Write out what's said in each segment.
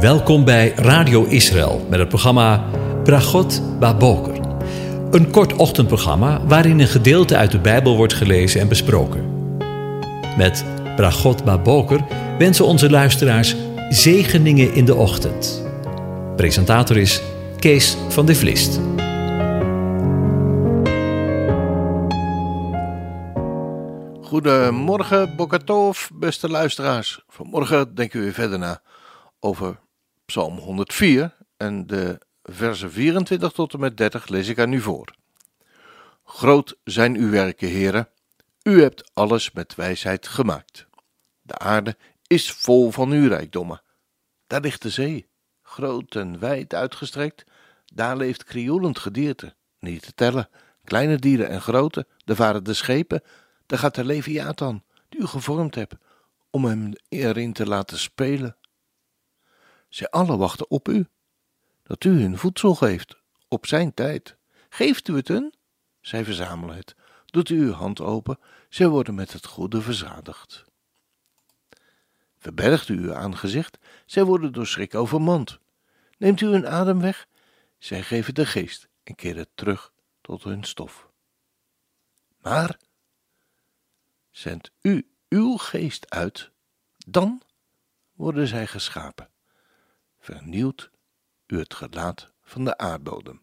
Welkom bij Radio Israël met het programma Bragot Baboker. Een kort ochtendprogramma waarin een gedeelte uit de Bijbel wordt gelezen en besproken. Met Bragot Baboker wensen onze luisteraars zegeningen in de ochtend. Presentator is Kees van de Vlist. Goedemorgen, Boker Tov, beste luisteraars. Vanmorgen denken we weer verder na over Psalm 104 en de versen 24 tot en met 30 lees ik aan u voor. Groot zijn uw werken, Heere. U hebt alles met wijsheid gemaakt. De aarde is vol van uw rijkdommen. Daar ligt de zee, groot en wijd uitgestrekt. Daar leeft krioelend gedierte, niet te tellen. Kleine dieren en grote, daar varen de schepen. Daar gaat de Leviathan, die u gevormd hebt, om hem erin te laten spelen. Zij allen wachten op u, dat u hun voedsel geeft, op zijn tijd. Geeft u het hun? Zij verzamelen het. Doet u uw hand open, zij worden met het goede verzadigd. Verbergt u uw aangezicht, zij worden door schrik overmand. Neemt u hun adem weg, zij geven de geest en keren terug tot hun stof. Maar zendt u uw geest uit, dan worden zij geschapen. Vernieuwt u het gelaat van de aardbodem.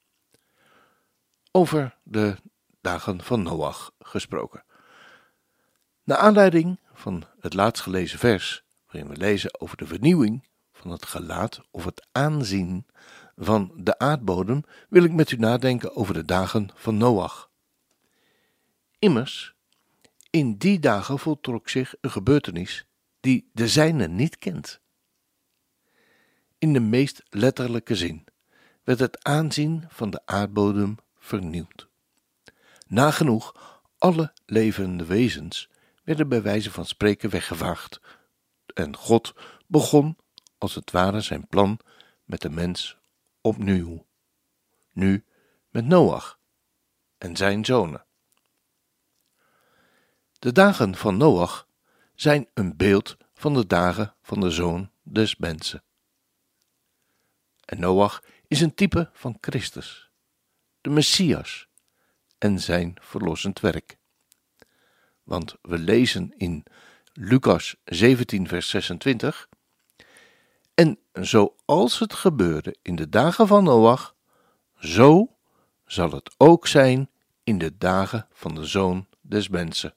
Over de dagen van Noach gesproken. Naar aanleiding van het laatst gelezen vers, waarin we lezen over de vernieuwing van het gelaat of het aanzien van de aardbodem, wil ik met u nadenken over de dagen van Noach. Immers, in die dagen voltrok zich een gebeurtenis die de zijne niet kent. In de meest letterlijke zin werd het aanzien van de aardbodem vernieuwd. Nagenoeg alle levende wezens werden bij wijze van spreken weggevaagd en God begon als het ware zijn plan met de mens opnieuw. Nu met Noach en zijn zonen. De dagen van Noach zijn een beeld van de dagen van de Zoon des Mensen. En Noach is een type van Christus, de Messias en zijn verlossend werk. Want we lezen in Lucas 17 vers 26: En zoals het gebeurde in de dagen van Noach, zo zal het ook zijn in de dagen van de Zoon des Mensen.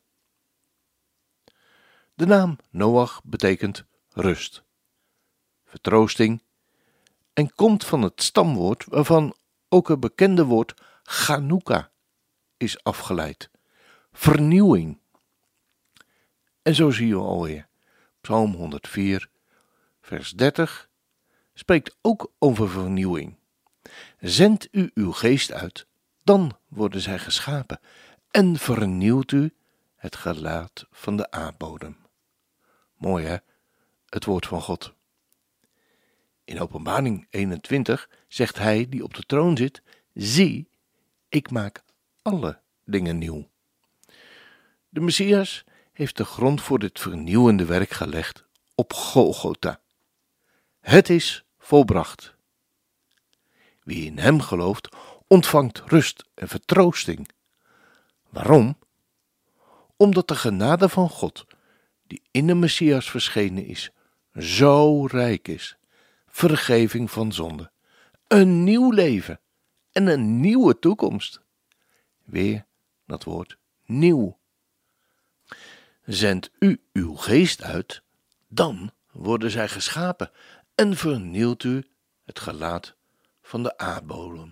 De naam Noach betekent rust, vertroosting en komt van het stamwoord waarvan ook het bekende woord Chanukka is afgeleid, vernieuwing. En zo zien we alweer, Psalm 104 vers 30 spreekt ook over vernieuwing. Zendt u uw geest uit, dan worden zij geschapen en vernieuwt u het gelaat van de aardbodem. Mooi hè, het woord van God. In Openbaring 21 zegt hij die op de troon zit: zie, ik maak alle dingen nieuw. De Messias heeft de grond voor dit vernieuwende werk gelegd op Golgotha. Het is volbracht. Wie in hem gelooft, ontvangt rust en vertroosting. Waarom? Omdat de genade van God, die in de Messias verschenen is, zo rijk is. Vergeving van zonde, een nieuw leven en een nieuwe toekomst. Weer dat woord nieuw. Zendt u uw geest uit, dan worden zij geschapen en vernieuwt u het gelaat van de aardbodem.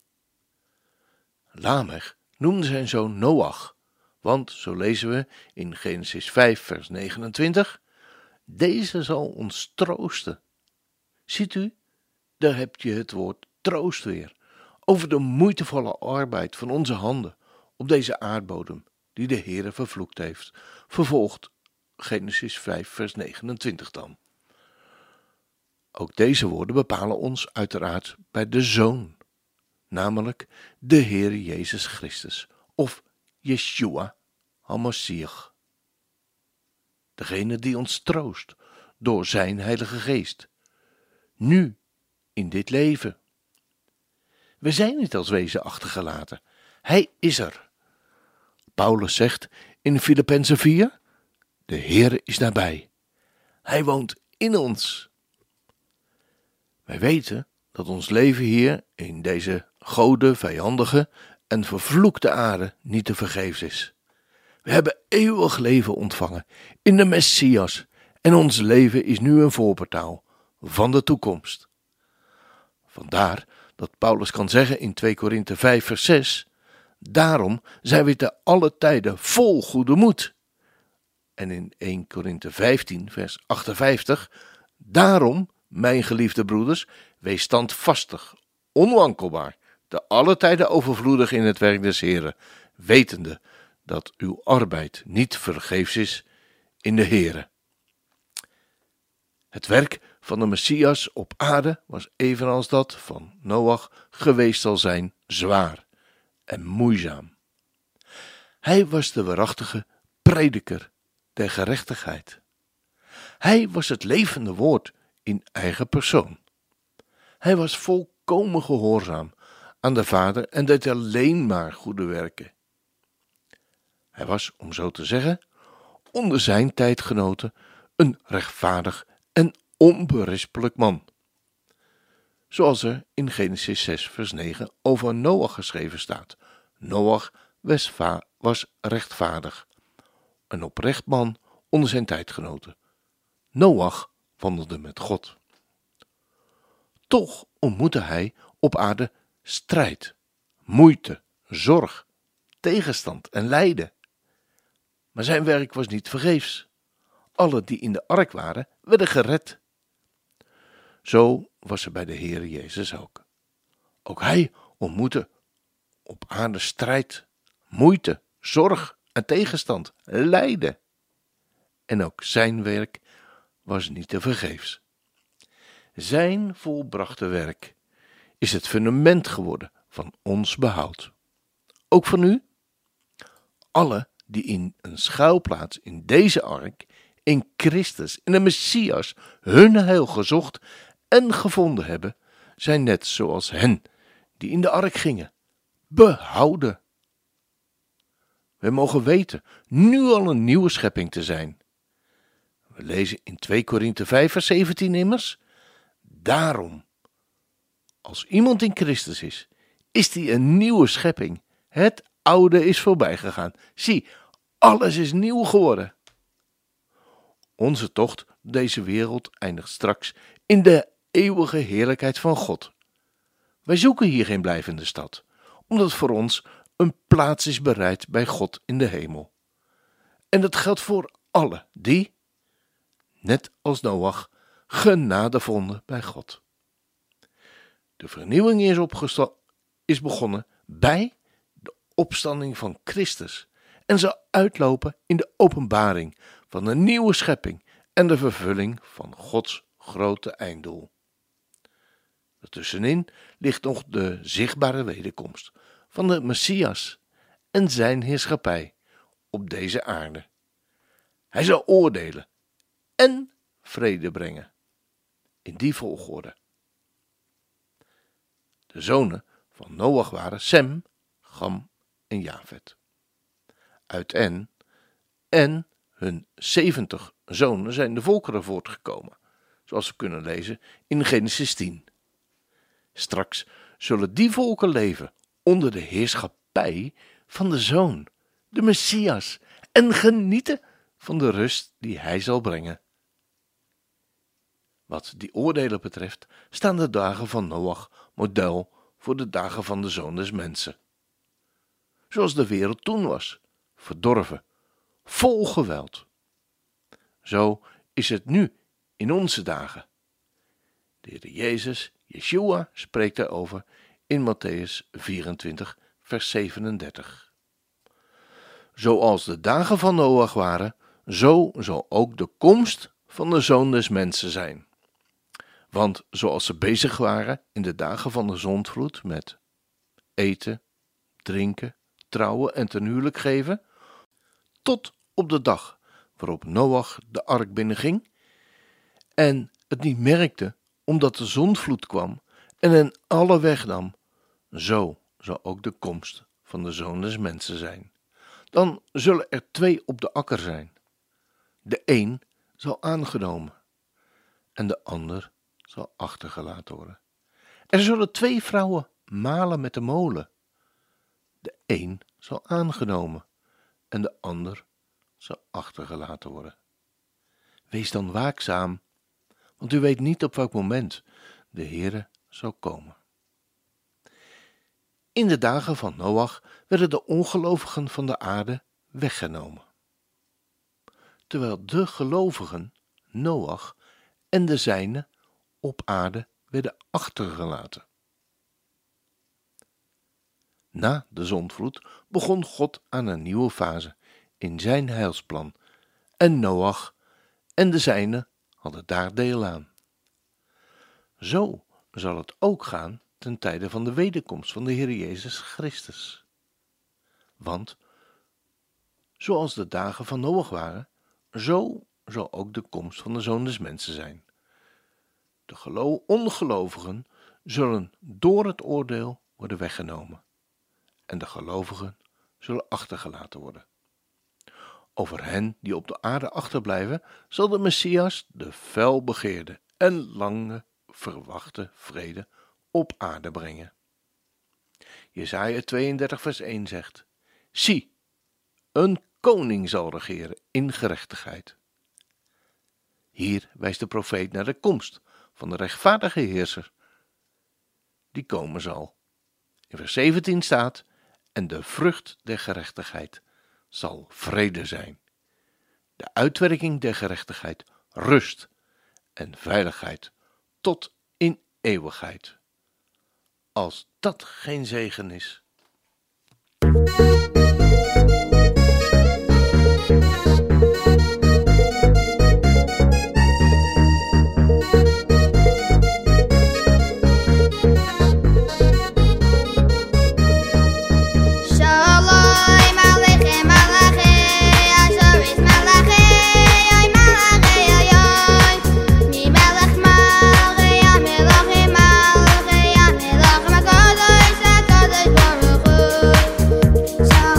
Lamech noemde zijn zoon Noach, want zo lezen we in Genesis 5 vers 29, deze zal ons troosten. Ziet u, daar heb je het woord troost weer, over de moeitevolle arbeid van onze handen op deze aardbodem, die de Heere vervloekt heeft. Vervolgt Genesis 5 vers 29 dan. Ook deze woorden bepalen ons uiteraard bij de Zoon, namelijk de Heere Jezus Christus, of Yeshua HaMashiach. Degene die ons troost door zijn Heilige Geest. nu, in dit leven. We zijn niet als wezen achtergelaten. Hij is er. Paulus zegt in Filippenzen 4, de Heere is nabij. Hij woont in ons. Wij weten dat ons leven hier in deze gode, vijandige en vervloekte aarde niet te vergeefs is. We hebben eeuwig leven ontvangen in de Messias en ons leven is nu een voorportaal van de toekomst. Vandaar dat Paulus kan zeggen in 2 Korinthe 5 vers 6, daarom zijn we te alle tijden vol goede moed. En in 1 Korinthe 15 vers 58, daarom, mijn geliefde broeders, wees standvastig, onwankelbaar, te alle tijden overvloedig in het werk des Heren, wetende dat uw arbeid niet vergeefs is in de Heren. Het werk van de Messias op aarde was evenals dat van Noach geweest zal zijn zwaar en moeizaam. Hij was de waarachtige prediker der gerechtigheid. Hij was het levende woord in eigen persoon. Hij was volkomen gehoorzaam aan de Vader en deed alleen maar goede werken. Hij was, om zo te zeggen, onder zijn tijdgenoten een rechtvaardig en onberispelijk man. Zoals er in Genesis 6 vers 9 over Noach geschreven staat. Noach was rechtvaardig, een oprecht man onder zijn tijdgenoten. Noach wandelde met God. Toch ontmoette hij op aarde strijd, moeite, zorg, tegenstand en lijden. Maar zijn werk was niet vergeefs. Alle die in de ark waren, werden gered. Zo was er bij de Heere Jezus ook. Ook hij ontmoette op aarde strijd, moeite, zorg en tegenstand, lijden. En ook zijn werk was niet te vergeefs. Zijn volbrachte werk is het fundament geworden van ons behoud. Ook van u? Alle die in een schuilplaats in deze ark, in Christus, in de Messias, hun heil gezocht en gevonden hebben, zijn net zoals hen die in de ark gingen, behouden. We mogen weten nu al een nieuwe schepping te zijn. We lezen in 2 Korinthe 5 vers 17 immers, daarom, als iemand in Christus is, is die een nieuwe schepping. Het oude is voorbij gegaan. Zie, alles is nieuw geworden. Onze tocht door deze wereld eindigt straks in de eeuwige heerlijkheid van God. Wij zoeken hier geen blijvende stad, omdat voor ons een plaats is bereid bij God in de hemel. En dat geldt voor allen die, net als Noach, genade vonden bij God. De vernieuwing is begonnen bij de opstanding van Christus en zal uitlopen in de openbaring van een nieuwe schepping en de vervulling van Gods grote einddoel. Ertussenin ligt nog de zichtbare wederkomst van de Messias en zijn heerschappij op deze aarde. Hij zal oordelen en vrede brengen. In die volgorde. De zonen van Noach waren Sem, Cham en Jafet. Uit en hun 70 zonen zijn de volkeren voortgekomen, zoals we kunnen lezen in Genesis 10. Straks zullen die volken leven onder de heerschappij van de Zoon, de Messias, en genieten van de rust die hij zal brengen. Wat die oordelen betreft, staan de dagen van Noach model voor de dagen van de Zoon des Mensen. Zoals de wereld toen was, verdorven, vol geweld. Zo is het nu in onze dagen. De Heer Jezus, Yeshua, spreekt daarover in Matthäus 24, vers 37. Zoals de dagen van Noach waren, zo zal ook de komst van de Zoon des Mensen zijn. Want zoals ze bezig waren in de dagen van de zondvloed met eten, drinken, trouwen en ten huwelijk geven, tot op de dag waarop Noach de ark binnenging en het niet merkte omdat de zondvloed kwam en hen alle wegnam, zo zal ook de komst van de Zoon des Mensen zijn. Dan zullen er 2 op de akker zijn. De een zal aangenomen en de ander zal achtergelaten worden. Er zullen 2 vrouwen malen met de molen. De een zal aangenomen en de ander zal achtergelaten worden. Wees dan waakzaam, want u weet niet op welk moment de Heere zal komen. In de dagen van Noach werden de ongelovigen van de aarde weggenomen, terwijl de gelovigen, Noach en de zijnen, op aarde werden achtergelaten. Na de zondvloed begon God aan een nieuwe fase in zijn heilsplan en Noach en de zijnen hadden daar deel aan. Zo zal het ook gaan ten tijde van de wederkomst van de Heer Jezus Christus. Want zoals de dagen van Noach waren, zo zal ook de komst van de Zoon des Mensen zijn. De ongelovigen zullen door het oordeel worden weggenomen en de gelovigen zullen achtergelaten worden. Over hen die op de aarde achterblijven, zal de Messias de felbegeerde en lange verwachte vrede op aarde brengen. Jesaja 32 vers 1 zegt: Zie, een koning zal regeren in gerechtigheid. Hier wijst de profeet naar de komst van de rechtvaardige heerser, die komen zal. In vers 17 staat: En de vrucht der gerechtigheid zal vrede zijn. De uitwerking der gerechtigheid, rust en veiligheid tot in eeuwigheid. Als dat geen zegen is. Shalom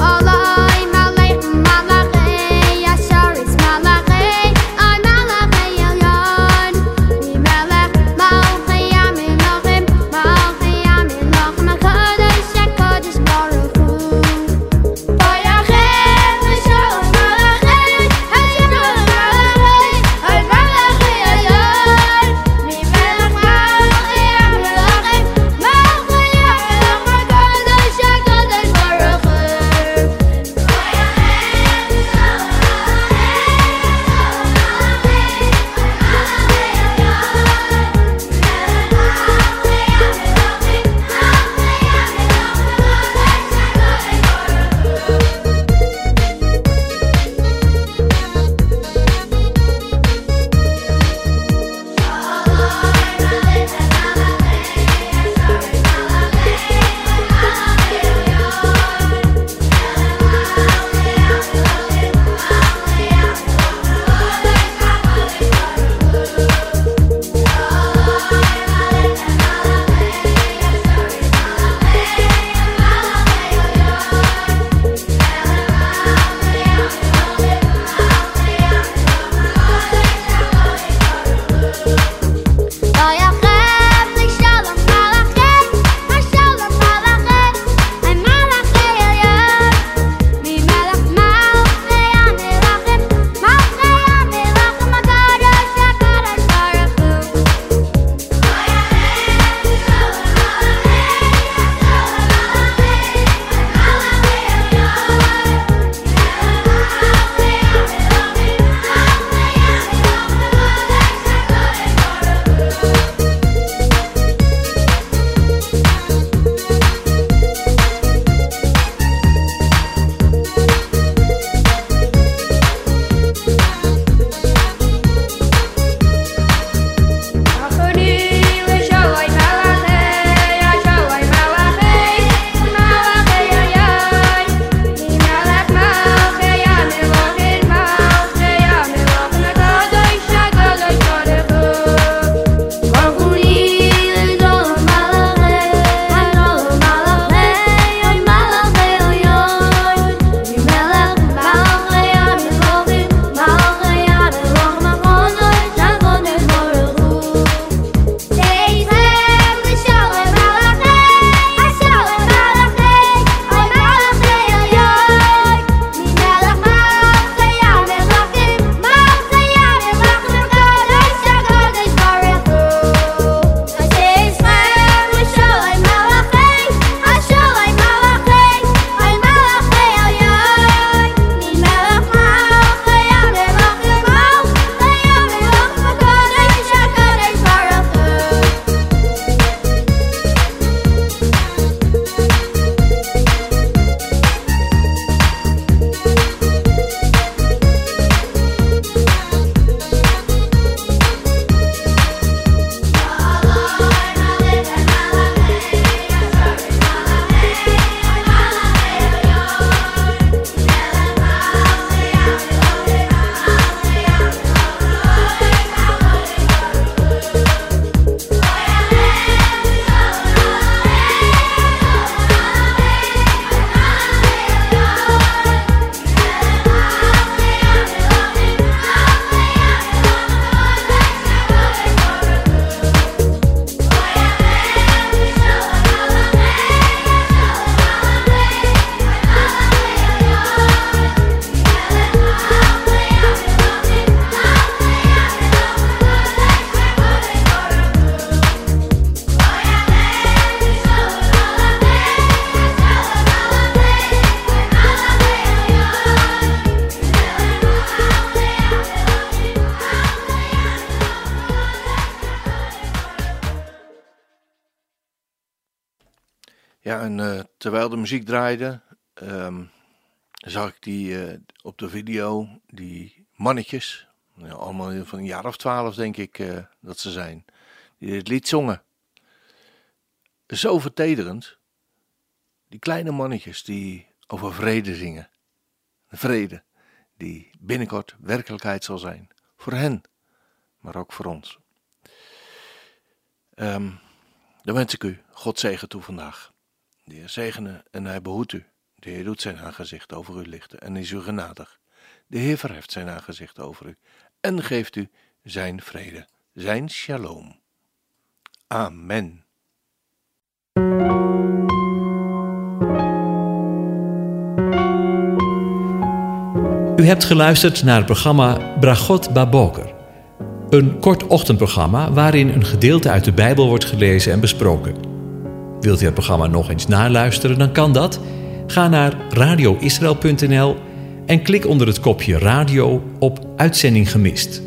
Ja, en terwijl de muziek draaide, zag ik op de video die mannetjes, allemaal van een jaar of 12 denk ik dat ze zijn, die dit lied zongen. Zo vertederend, die kleine mannetjes die over vrede zingen. De vrede die binnenkort werkelijkheid zal zijn, voor hen, maar ook voor ons. Dan wens ik u God zegen toe vandaag. De Heer zegene en hij behoedt u. De Heer doet zijn aangezicht over u lichten en is u genadig. De Heer verheft zijn aangezicht over u en geeft u zijn vrede, zijn shalom. Amen. U hebt geluisterd naar het programma Bragot Baboker. Een kort ochtendprogramma waarin een gedeelte uit de Bijbel wordt gelezen en besproken. Wilt u het programma nog eens naluisteren, dan kan dat. Ga naar radioisrael.nl en klik onder het kopje radio op Uitzending gemist.